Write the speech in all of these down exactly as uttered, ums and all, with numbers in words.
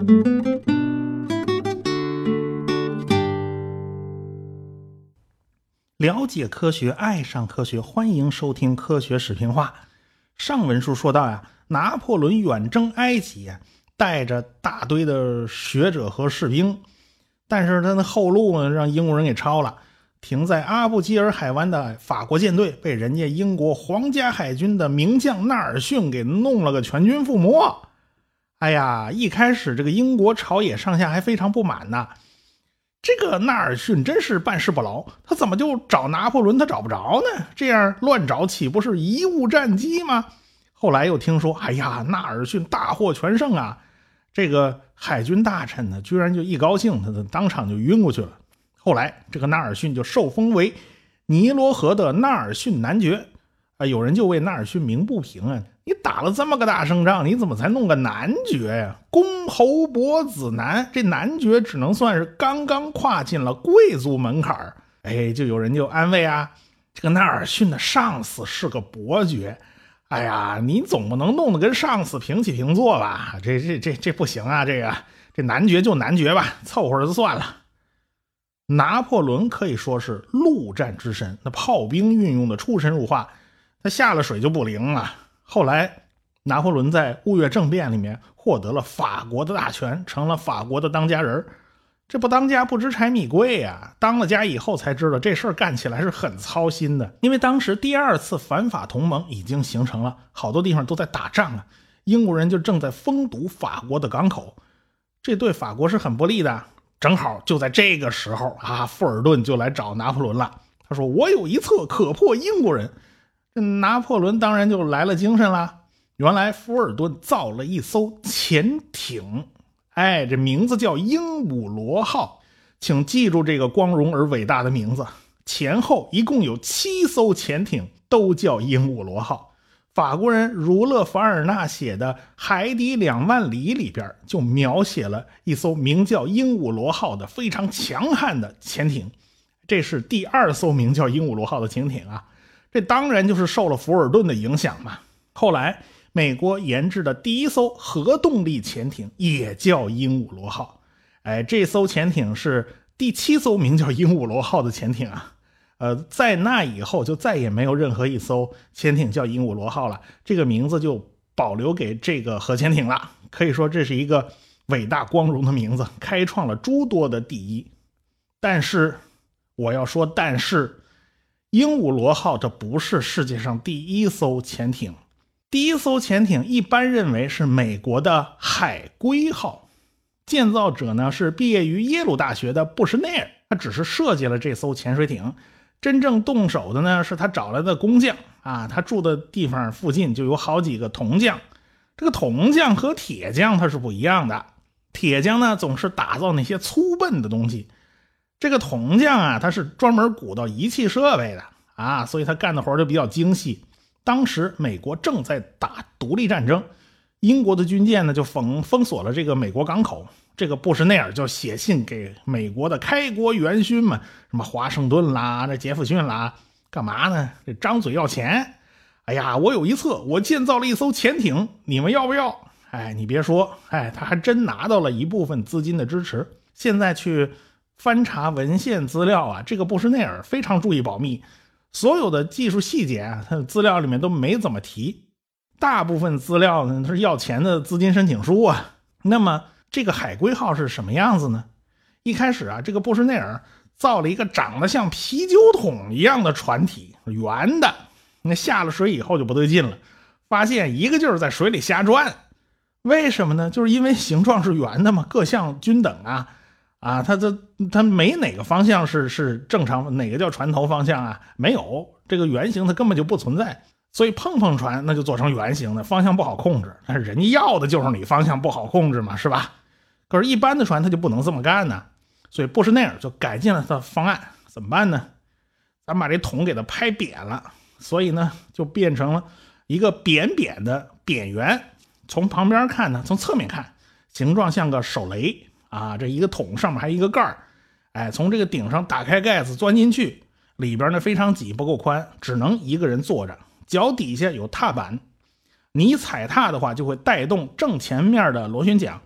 了解科学，爱上科学，欢迎收听科学视频化。上文书说到呀，拿破仑远征埃及，带着大堆的学者和士兵，但是他的后路呢让英国人给抄了，停在阿布基尔海湾的法国舰队被人家英国皇家海军的名将纳尔逊给弄了个全军覆没。哎呀，一开始这个英国朝野上下还非常不满呢，这个纳尔逊真是办事不牢，他怎么就找拿破仑他找不着呢？这样乱找岂不是贻误战机吗？后来又听说，哎呀，纳尔逊大获全胜啊！这个海军大臣呢，居然就一高兴，他当场就晕过去了。后来这个纳尔逊就受封为尼罗河的纳尔逊男爵啊，有人就为纳尔逊鸣不平啊，你打了这么个大胜仗，你怎么才弄个男爵呀？公侯伯子男，这男爵只能算是刚刚跨进了贵族门槛。哎，就有人就安慰啊，这个纳尔逊的上司是个伯爵，哎呀，你总不能弄得跟上司平起平坐吧？这这这这不行啊！这个这男爵就男爵吧，凑合着就算了。拿破仑可以说是陆战之神，那炮兵运用的出神入化，他下了水就不灵了。后来拿破仑在雾月政变里面获得了法国的大权，成了法国的当家人。这不当家不知柴米贵呀、啊！当了家以后才知道这事儿干起来是很操心的，因为当时第二次反法同盟已经形成了，好多地方都在打仗啊，英国人就正在封堵法国的港口，这对法国是很不利的。正好就在这个时候啊，富尔顿就来找拿破仑了。他说：“我有一策可破英国人。”拿破仑当然就来了精神了。原来富尔顿造了一艘潜艇。哎，这名字叫鹦鹉螺号，请记住这个光荣而伟大的名字。前后一共有七艘潜艇，都叫鹦鹉螺号。法国人儒勒·凡尔纳写的《海底两万里》里边就描写了一艘名叫鹦鹉螺号的非常强悍的潜艇。这是第二艘名叫鹦鹉螺号的潜艇啊，这当然就是受了福尔顿的影响嘛。后来美国研制的第一艘核动力潜艇也叫鹦鹉螺号，哎，这艘潜艇是第七艘名叫鹦鹉螺号的潜艇啊。呃，在那以后就再也没有任何一艘潜艇叫鹦鹉螺号了，这个名字就保留给这个核潜艇了。可以说这是一个伟大光荣的名字，开创了诸多的第一。但是我要说，但是鹦鹉螺号这不是世界上第一艘潜艇。第一艘潜艇一般认为是美国的海龟号，建造者呢是毕业于耶鲁大学的布什内尔，他只是设计了这艘潜水艇，真正动手的呢是他找来的工匠啊，他住的地方附近就有好几个铜匠。这个铜匠和铁匠他是不一样的，铁匠呢总是打造那些粗笨的东西，这个铜匠啊他是专门鼓捣仪器设备的啊，所以他干的活就比较精细。当时美国正在打独立战争，英国的军舰呢就封封锁了这个美国港口，这个布什内尔就写信给美国的开国元勋们，什么华盛顿啦，这杰弗逊啦，干嘛呢？这张嘴要钱。哎呀，我有一策，我建造了一艘潜艇，你们要不要？哎，你别说，哎，他还真拿到了一部分资金的支持。现在去翻查文献资料啊，这个布什内尔非常注意保密，所有的技术细节啊，他的资料里面都没怎么提。大部分资料呢是要钱的资金申请书啊。那么这个海龟号是什么样子呢？一开始啊，这个布什内尔造了一个长得像啤酒桶一样的船体，圆的。那下了水以后就不对劲了，发现一个劲儿在水里瞎转。为什么呢？就是因为形状是圆的嘛，各项均等啊。啊，它这它没哪个方向是是正常，哪个叫船头方向啊？没有，这个圆形它根本就不存在。所以碰碰船那就做成圆形的，方向不好控制。但是人家要的就是你方向不好控制嘛，是吧？可是一般的船它就不能这么干呢。所以布什内尔就改进了他的方案，怎么办呢？咱把这桶给它拍扁了，所以呢就变成了一个扁扁的扁圆。从旁边看呢，从侧面看，形状像个手雷啊，这一个桶上面还有一个盖儿，哎，从这个顶上打开盖子钻进去，里边呢非常挤，不够宽，只能一个人坐着，脚底下有踏板，你踩踏的话就会带动正前面的螺旋桨，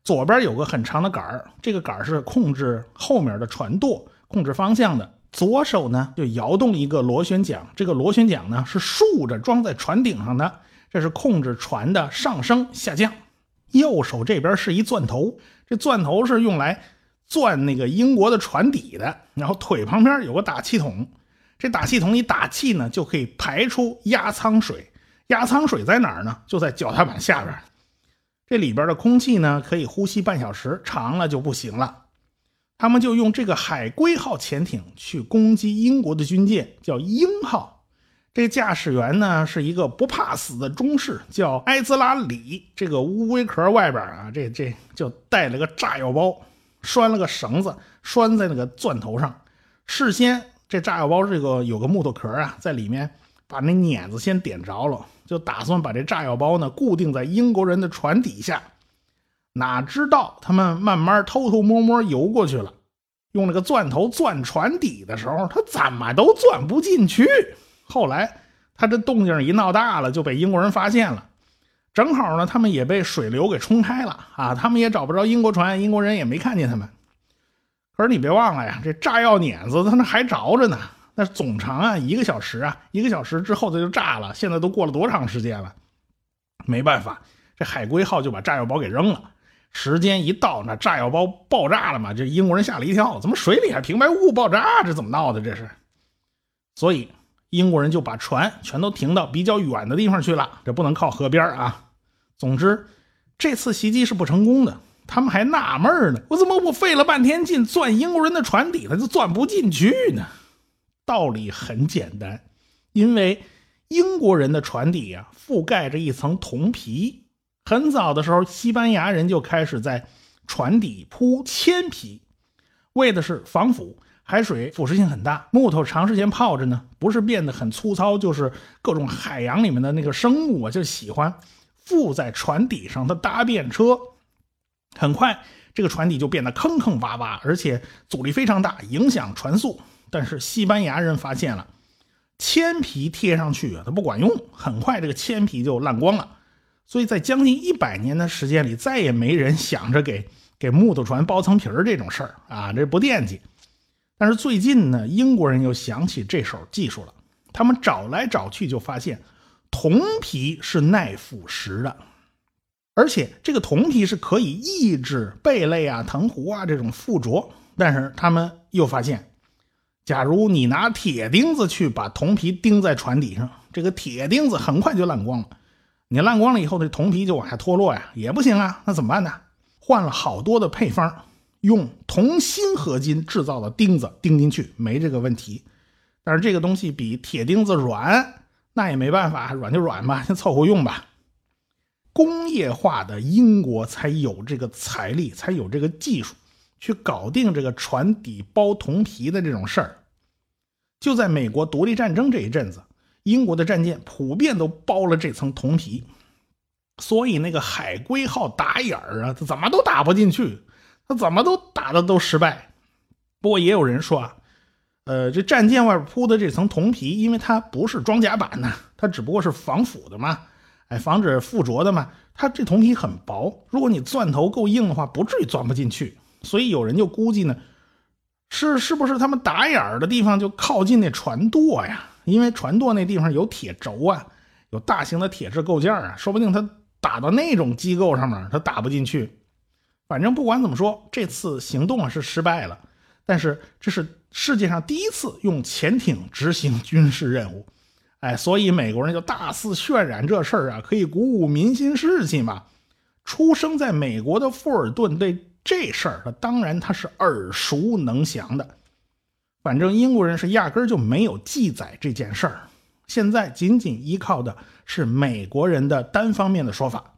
左边有个很长的杆儿，这个杆儿是控制后面的船舵，控制方向的。左手呢就摇动一个螺旋桨，这个螺旋桨呢是竖着装在船顶上的，这是控制船的上升下降。右手这边是一钻头，这钻头是用来钻那个英国的船底的，然后腿旁边有个打气筒，这打气筒一打气呢就可以排出压舱水，压舱水在哪儿呢？就在脚踏板下边。这里边的空气呢可以呼吸半小时，长了就不行了。他们就用这个海龟号潜艇去攻击英国的军舰，叫鹰号。这个驾驶员呢是一个不怕死的中士，叫埃兹拉里。这个乌龟壳外边啊，这这就带了个炸药包，拴了个绳子，拴在那个钻头上。事先这炸药包这个有个木头壳啊，在里面把那碾子先点着了，就打算把这炸药包呢固定在英国人的船底下。哪知道他们慢慢偷偷摸摸游过去了，用那个钻头钻船底的时候，他怎么都钻不进去。后来他这动静一闹大了，就被英国人发现了。正好呢，他们也被水流给冲开了啊，他们也找不着英国船，英国人也没看见他们。可是你别忘了呀，这炸药碾子它那还着着呢，那总长啊一个小时啊，一个小时之后它就炸了。现在都过了多长时间了？没办法，这海龟号就把炸药包给扔了。时间一到，那炸药包爆炸了嘛，这英国人吓了一跳，怎么水里还平白无故爆炸？这怎么闹的？这是。所以英国人就把船全都停到比较远的地方去了，这不能靠河边啊。总之这次袭击是不成功的，他们还纳闷呢，我怎么我费了半天劲钻英国人的船底了就钻不进去呢？道理很简单，因为英国人的船底啊覆盖着一层铜皮。很早的时候，西班牙人就开始在船底铺铅皮，为的是防腐。海水腐蚀性很大，木头长时间泡着呢，不是变得很粗糙，就是各种海洋里面的那个生物啊，就喜欢附在船底上的搭便车。很快这个船底就变得坑坑洼洼，而且阻力非常大，影响船速。但是西班牙人发现了，铅皮贴上去啊，它不管用，很快这个铅皮就烂光了。所以在将近一百年的时间里，再也没人想着给给木头船包层皮儿这种事儿啊，这不惦记。但是最近呢，英国人又想起这手技术了，他们找来找去就发现铜皮是耐腐蚀的，而且这个铜皮是可以抑制贝类啊、藤壶啊这种附着。但是他们又发现，假如你拿铁钉子去把铜皮钉在船底上，这个铁钉子很快就烂光了。你烂光了以后，这铜皮就往下脱落呀，也不行啊，那怎么办呢？换了好多的配方，用铜锌合金制造的钉子钉进去，没这个问题。但是这个东西比铁钉子软，那也没办法，软就软吧，先凑合用吧。工业化的英国才有这个财力，才有这个技术去搞定这个船底包铜皮的这种事儿。就在美国独立战争这一阵子，英国的战舰普遍都包了这层铜皮，所以那个海龟号打眼儿啊，它怎么都打不进去，它怎么都打的都失败。不过也有人说啊，呃，这战舰外边铺的这层铜皮，因为它不是装甲板呢，它只不过是防腐的嘛，哎，防止附着的嘛，它这铜皮很薄，如果你钻头够硬的话，不至于钻不进去。所以有人就估计呢，是是不是他们打眼儿的地方就靠近那船舵呀？因为船舵那地方有铁轴啊，有大型的铁质构件啊，说不定他打到那种机构上面，他打不进去。反正不管怎么说，这次行动啊是失败了，但是这是世界上第一次用潜艇执行军事任务，哎，所以美国人就大肆渲染这事儿啊，可以鼓舞民心士气嘛。出生在美国的富尔顿对这事儿，当然他是耳熟能详的。反正英国人是压根就没有记载这件事儿，现在仅仅依靠的是美国人的单方面的说法。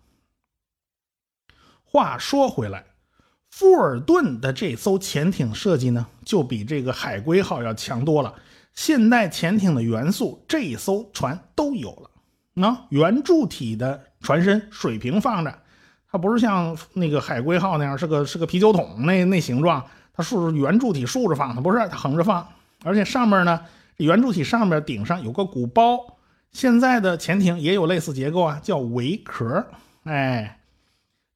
话说回来，富尔顿的这艘潜艇设计呢，就比这个海龟号要强多了。现代潜艇的元素，这一艘船都有了。那圆柱体的船身水平放着，它不是像那个海龟号那样是个是个啤酒桶那那形状，它竖着圆柱体竖着放，它不是它横着放。而且上面呢，圆柱体上面顶上有个鼓包，现在的潜艇也有类似结构啊，叫围壳。哎，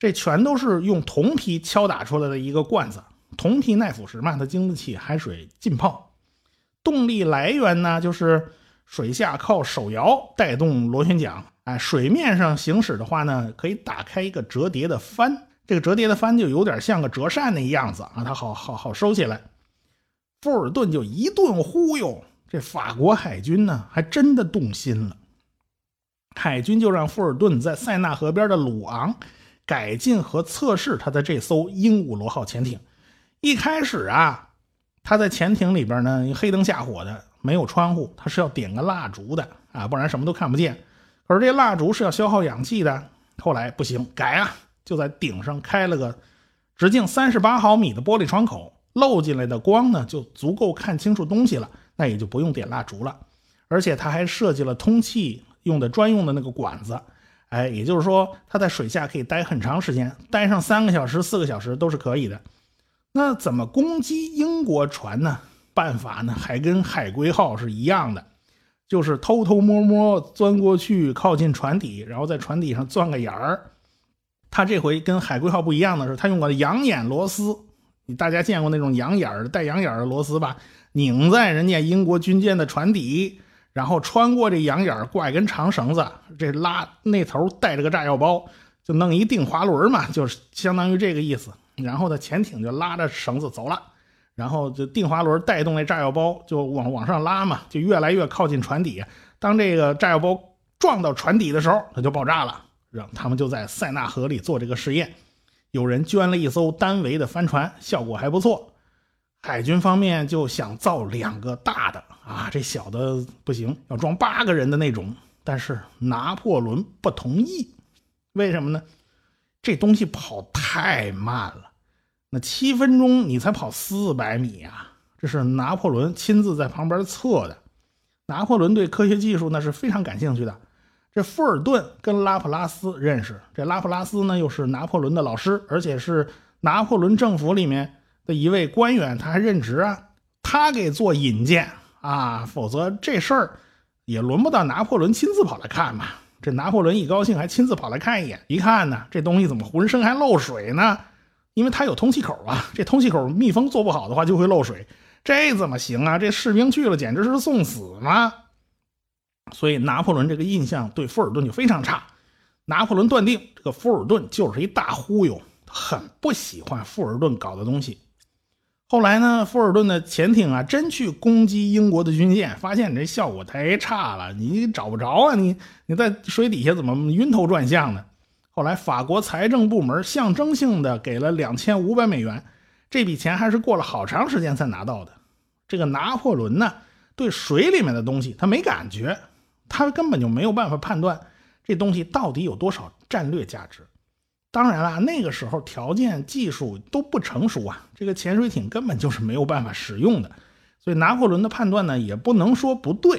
这全都是用铜坯敲打出来的一个罐子。铜坯耐腐蚀嘛，它经得起海水浸泡。动力来源呢，就是水下靠手摇带动螺旋桨，哎，水面上行驶的话呢，可以打开一个折叠的帆，这个折叠的帆就有点像个折扇那样子啊，它好好好收起来。富尔顿就一顿忽悠，这法国海军呢还真的动心了。海军就让富尔顿在塞纳河边的鲁昂改进和测试他的这艘鹦鹉螺号潜艇。一开始啊，他在潜艇里边呢，黑灯瞎火的，没有窗户，他是要点个蜡烛的啊，不然什么都看不见。可是这蜡烛是要消耗氧气的，后来不行，改啊，就在顶上开了个直径三十八毫米的玻璃窗口，漏进来的光呢就足够看清楚东西了，那也就不用点蜡烛了。而且他还设计了通气用的专用的那个管子，哎，也就是说他在水下可以待很长时间，待上三个小时四个小时都是可以的。那怎么攻击英国船呢？办法呢还跟海龟号是一样的，就是偷偷摸摸钻过去靠近船底，然后在船底上钻个眼儿。他这回跟海龟号不一样的是，他用过羊眼螺丝，你大家见过那种羊眼儿带羊眼儿的螺丝吧，拧在人家英国军舰的船底，然后穿过这羊眼儿挂一根长绳子，这拉那头带着个炸药包，就弄一定滑轮嘛，就是相当于这个意思。然后呢，潜艇就拉着绳子走了，然后就定滑轮带动那炸药包就往往上拉嘛，就越来越靠近船底。当这个炸药包撞到船底的时候，它就爆炸了。让他们就在塞纳河里做这个试验，有人捐了一艘单桅的帆船，效果还不错。海军方面就想造两个大的啊，这小的不行，要装八个人的那种。但是拿破仑不同意，为什么呢？这东西跑太慢了，那七分钟你才跑四百米啊！这是拿破仑亲自在旁边测的。拿破仑对科学技术那是非常感兴趣的。这富尔顿跟拉普拉斯认识，这拉普拉斯呢又是拿破仑的老师，而且是拿破仑政府里面的一位官员，他还任职啊，他给做引荐啊，否则这事儿也轮不到拿破仑亲自跑来看嘛。这拿破仑一高兴还亲自跑来看一眼，一看呢，这东西怎么浑身还漏水呢？因为它有通气口啊，这通气口密封做不好的话就会漏水，这怎么行啊？这士兵去了简直是送死嘛！所以拿破仑这个印象对富尔顿就非常差。拿破仑断定这个富尔顿就是一大忽悠，很不喜欢富尔顿搞的东西。后来呢，富尔顿的潜艇啊真去攻击英国的军舰，发现你这效果太差了，你找不着啊，你你在水底下怎么晕头转向呢？后来法国财政部门象征性的给了两千五百美元，这笔钱还是过了好长时间才拿到的。这个拿破仑呢，对水里面的东西他没感觉，他根本就没有办法判断这东西到底有多少战略价值。当然了，那个时候条件技术都不成熟啊，这个潜水艇根本就是没有办法使用的，所以拿破仑的判断呢也不能说不对。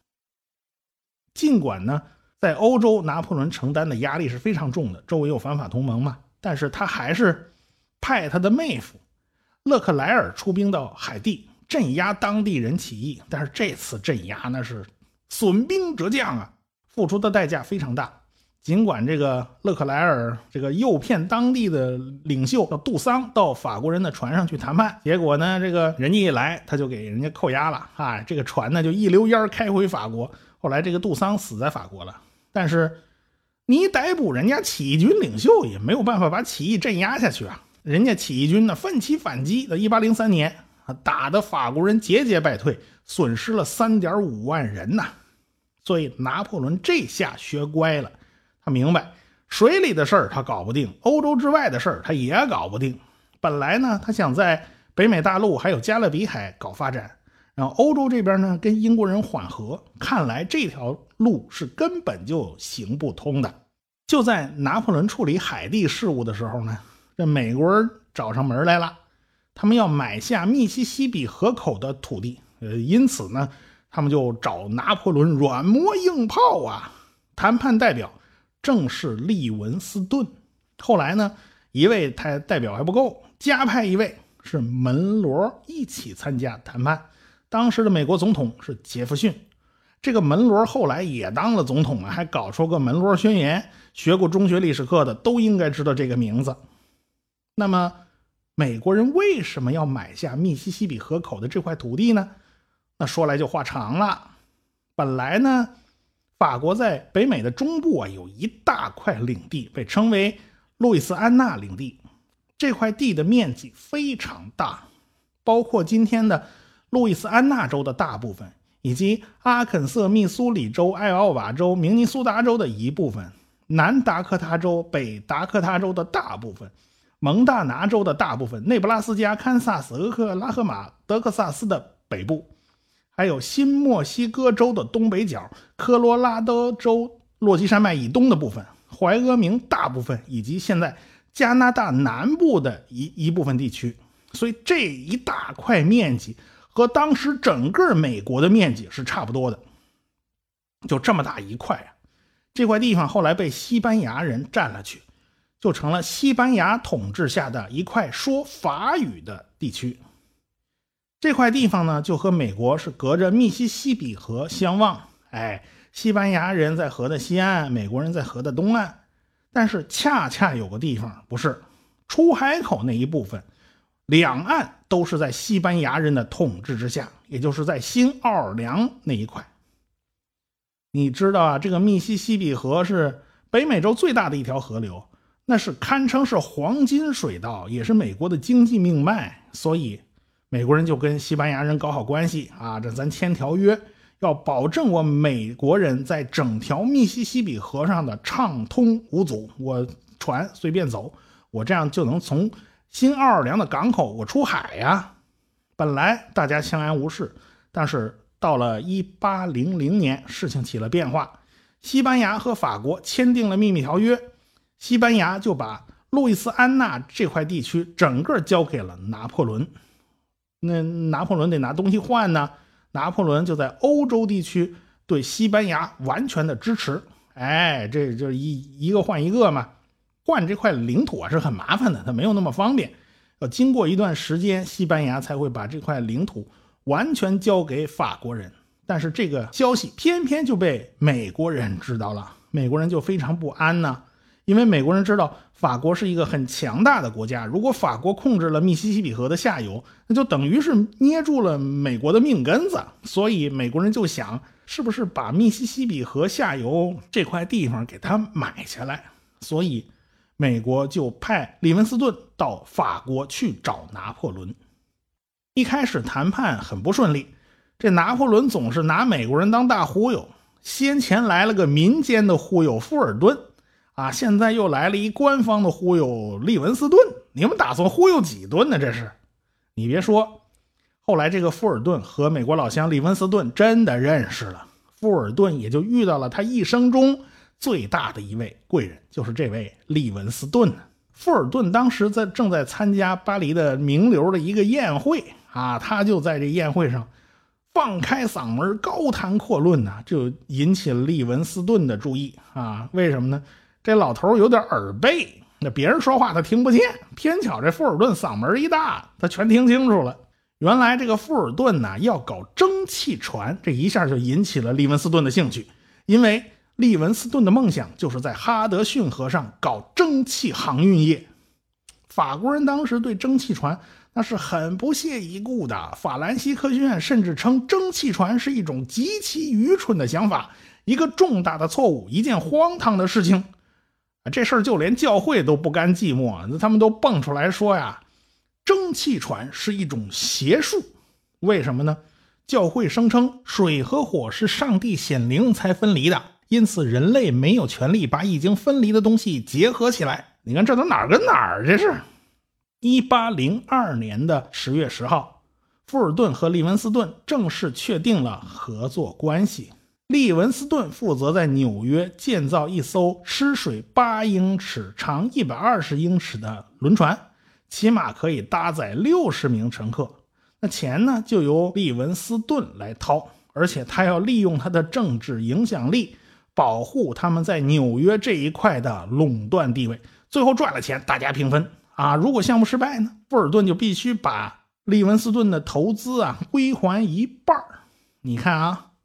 尽管呢在欧洲拿破仑承担的压力是非常重的，周围有反法同盟嘛，但是他还是派他的妹夫勒克莱尔出兵到海地镇压当地人起义，但是这次镇压那是损兵折将啊，付出的代价非常大。尽管这个勒克莱尔这个诱骗当地的领袖叫杜桑到法国人的船上去谈判，结果呢这个人家一来他就给人家扣押了啊，这个船呢就一溜烟开回法国。后来这个杜桑死在法国了，但是你逮捕人家起义军领袖也没有办法把起义镇压下去啊，人家起义军呢奋起反击的一八零三年打得法国人节节败退，损失了 三点五万人呐。所以拿破仑这下学乖了，他明白水里的事儿他搞不定，欧洲之外的事儿他也搞不定。本来呢他想在北美大陆还有加勒比海搞发展，然后欧洲这边呢跟英国人缓和，看来这条路是根本就行不通的。就在拿破仑处理海地事务的时候呢，这美国人找上门来了，他们要买下密西西比河口的土地，呃，因此呢他们就找拿破仑软磨硬泡啊。谈判代表正是利文斯顿。后来呢一位他代表还不够，加派一位是门罗一起参加谈判。当时的美国总统是杰弗逊。 这个门罗后来也当了总统啊，还搞出个门罗宣言，学过中学历史课的都应该知道这个名字。那么美国人为什么要买下密西西比河口的这块土地呢？那说来就话长了。本来呢，法国在北美的中部啊有一大块领地，被称为路易斯安那领地。这块地的面积非常大，包括今天的路易斯安那州的大部分，以及阿肯色、密苏里州、艾奥瓦州、明尼苏达州的一部分，南达科他州、北达科他州的大部分，蒙大拿州的大部分，内布拉斯加、堪萨斯、俄克拉荷马、德克萨斯的北部，还有新墨西哥州的东北角、科罗拉多州落基山脉以东的部分，怀俄明大部分，以及现在加拿大南部的一一部分地区。所以这一大块面积和当时整个美国的面积是差不多的，就这么大一块啊。这块地方后来被西班牙人占了去，就成了西班牙统治下的一块说法语的地区。这块地方呢，就和美国是隔着密西西比河相望，哎，西班牙人在河的西岸，美国人在河的东岸。但是恰恰有个地方不是，出海口那一部分，两岸都是在西班牙人的统治之下，也就是在新奥尔良那一块。你知道啊，这个密西西比河是北美洲最大的一条河流，那是堪称是黄金水道，也是美国的经济命脉。所以美国人就跟西班牙人搞好关系啊，这咱签条约，要保证我美国人在整条密西西比河上的畅通无阻，我船随便走，我这样就能从新奥尔良的港口我出海呀。本来大家相安无事，但是到了一八零零年，事情起了变化。西班牙和法国签订了秘密条约，西班牙就把路易斯安那这块地区整个交给了拿破仑。那拿破仑得拿东西换呢，拿破仑就在欧洲地区对西班牙完全的支持。哎，这就一一个换一个嘛。换这块领土啊是很麻烦的，它没有那么方便，要经过一段时间，西班牙才会把这块领土完全交给法国人。但是这个消息偏偏就被美国人知道了，美国人就非常不安呢。因为美国人知道法国是一个很强大的国家，如果法国控制了密西西比河的下游，那就等于是捏住了美国的命根子。所以美国人就想，是不是把密西西比河下游这块地方给它买下来。所以美国就派利文斯顿到法国去找拿破仑。一开始谈判很不顺利，这拿破仑总是拿美国人当大忽悠，先前来了个民间的忽悠富尔顿啊，现在又来了一官方的忽悠利文斯顿，你们打算忽悠几顿呢？这是，你别说，后来这个富尔顿和美国老乡利文斯顿真的认识了，富尔顿也就遇到了他一生中最大的一位贵人，就是这位利文斯顿。富尔顿当时在正在参加巴黎的名流的一个宴会啊，他就在这宴会上放开嗓门高谈阔论呢、啊，就引起了利文斯顿的注意啊。为什么呢？这老头有点耳背，那别人说话他听不见，偏巧这富尔顿嗓门一大，他全听清楚了。原来这个富尔顿呢要搞蒸汽船，这一下就引起了利文斯顿的兴趣，因为利文斯顿的梦想就是在哈德逊河上搞蒸汽航运业。法国人当时对蒸汽船那是很不屑一顾的，法兰西科学院甚至称蒸汽船是一种极其愚蠢的想法，一个重大的错误，一件荒唐的事情。这事儿就连教会都不甘寂寞，他们都蹦出来说呀，蒸汽船是一种邪术。为什么呢？教会声称水和火是上帝显灵才分离的，因此人类没有权利把已经分离的东西结合起来。你看这都哪儿跟哪儿，这是。一八零二年的十月十号，富尔顿和利文斯顿正式确定了合作关系。利文斯顿负责在纽约建造一艘吃水八英尺、长一百二十英尺的轮船，起码可以搭载六十名乘客。那钱呢，就由利文斯顿来掏，而且他要利用他的政治影响力，保护他们在纽约这一块的垄断地位。最后赚了钱，大家平分啊。如果项目失败呢，富尔顿就必须把利文斯顿的投资啊归还一半。你看啊，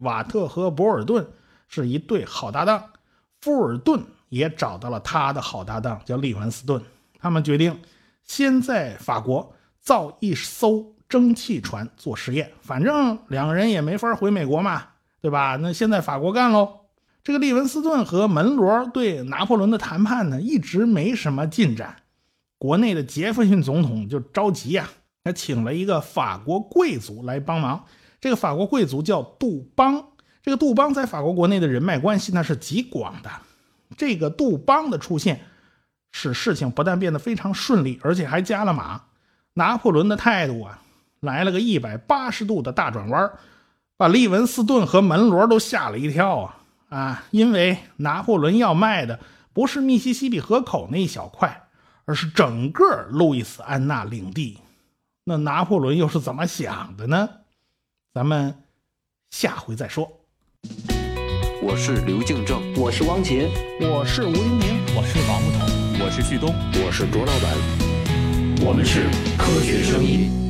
瓦特和博尔顿是一对好搭档，富尔顿也找到了他的好搭档叫利文斯顿。他们决定先在法国造一艘蒸汽船做实验，反正两个人也没法回美国嘛，对吧？那先在法国干喽。这个利文斯顿和门罗对拿破仑的谈判呢，一直没什么进展。国内的杰弗逊总统就着急呀、啊，他请了一个法国贵族来帮忙。这个法国贵族叫杜邦，这个杜邦在法国国内的人脉关系那是极广的。这个杜邦的出现，使事情不但变得非常顺利，而且还加了码。拿破仑的态度啊，来了个一百八十度的大转弯，把利文斯顿和门罗都吓了一跳啊！啊，因为拿破仑要卖的不是密西西比河口那一小块，而是整个路易斯安那领地。那拿破仑又是怎么想的呢？咱们下回再说。 我是刘敬正， 我是汪杰， 我是吴英明， 我是王木头， 我是旭东， 我是卓老板， 我们是科学声音。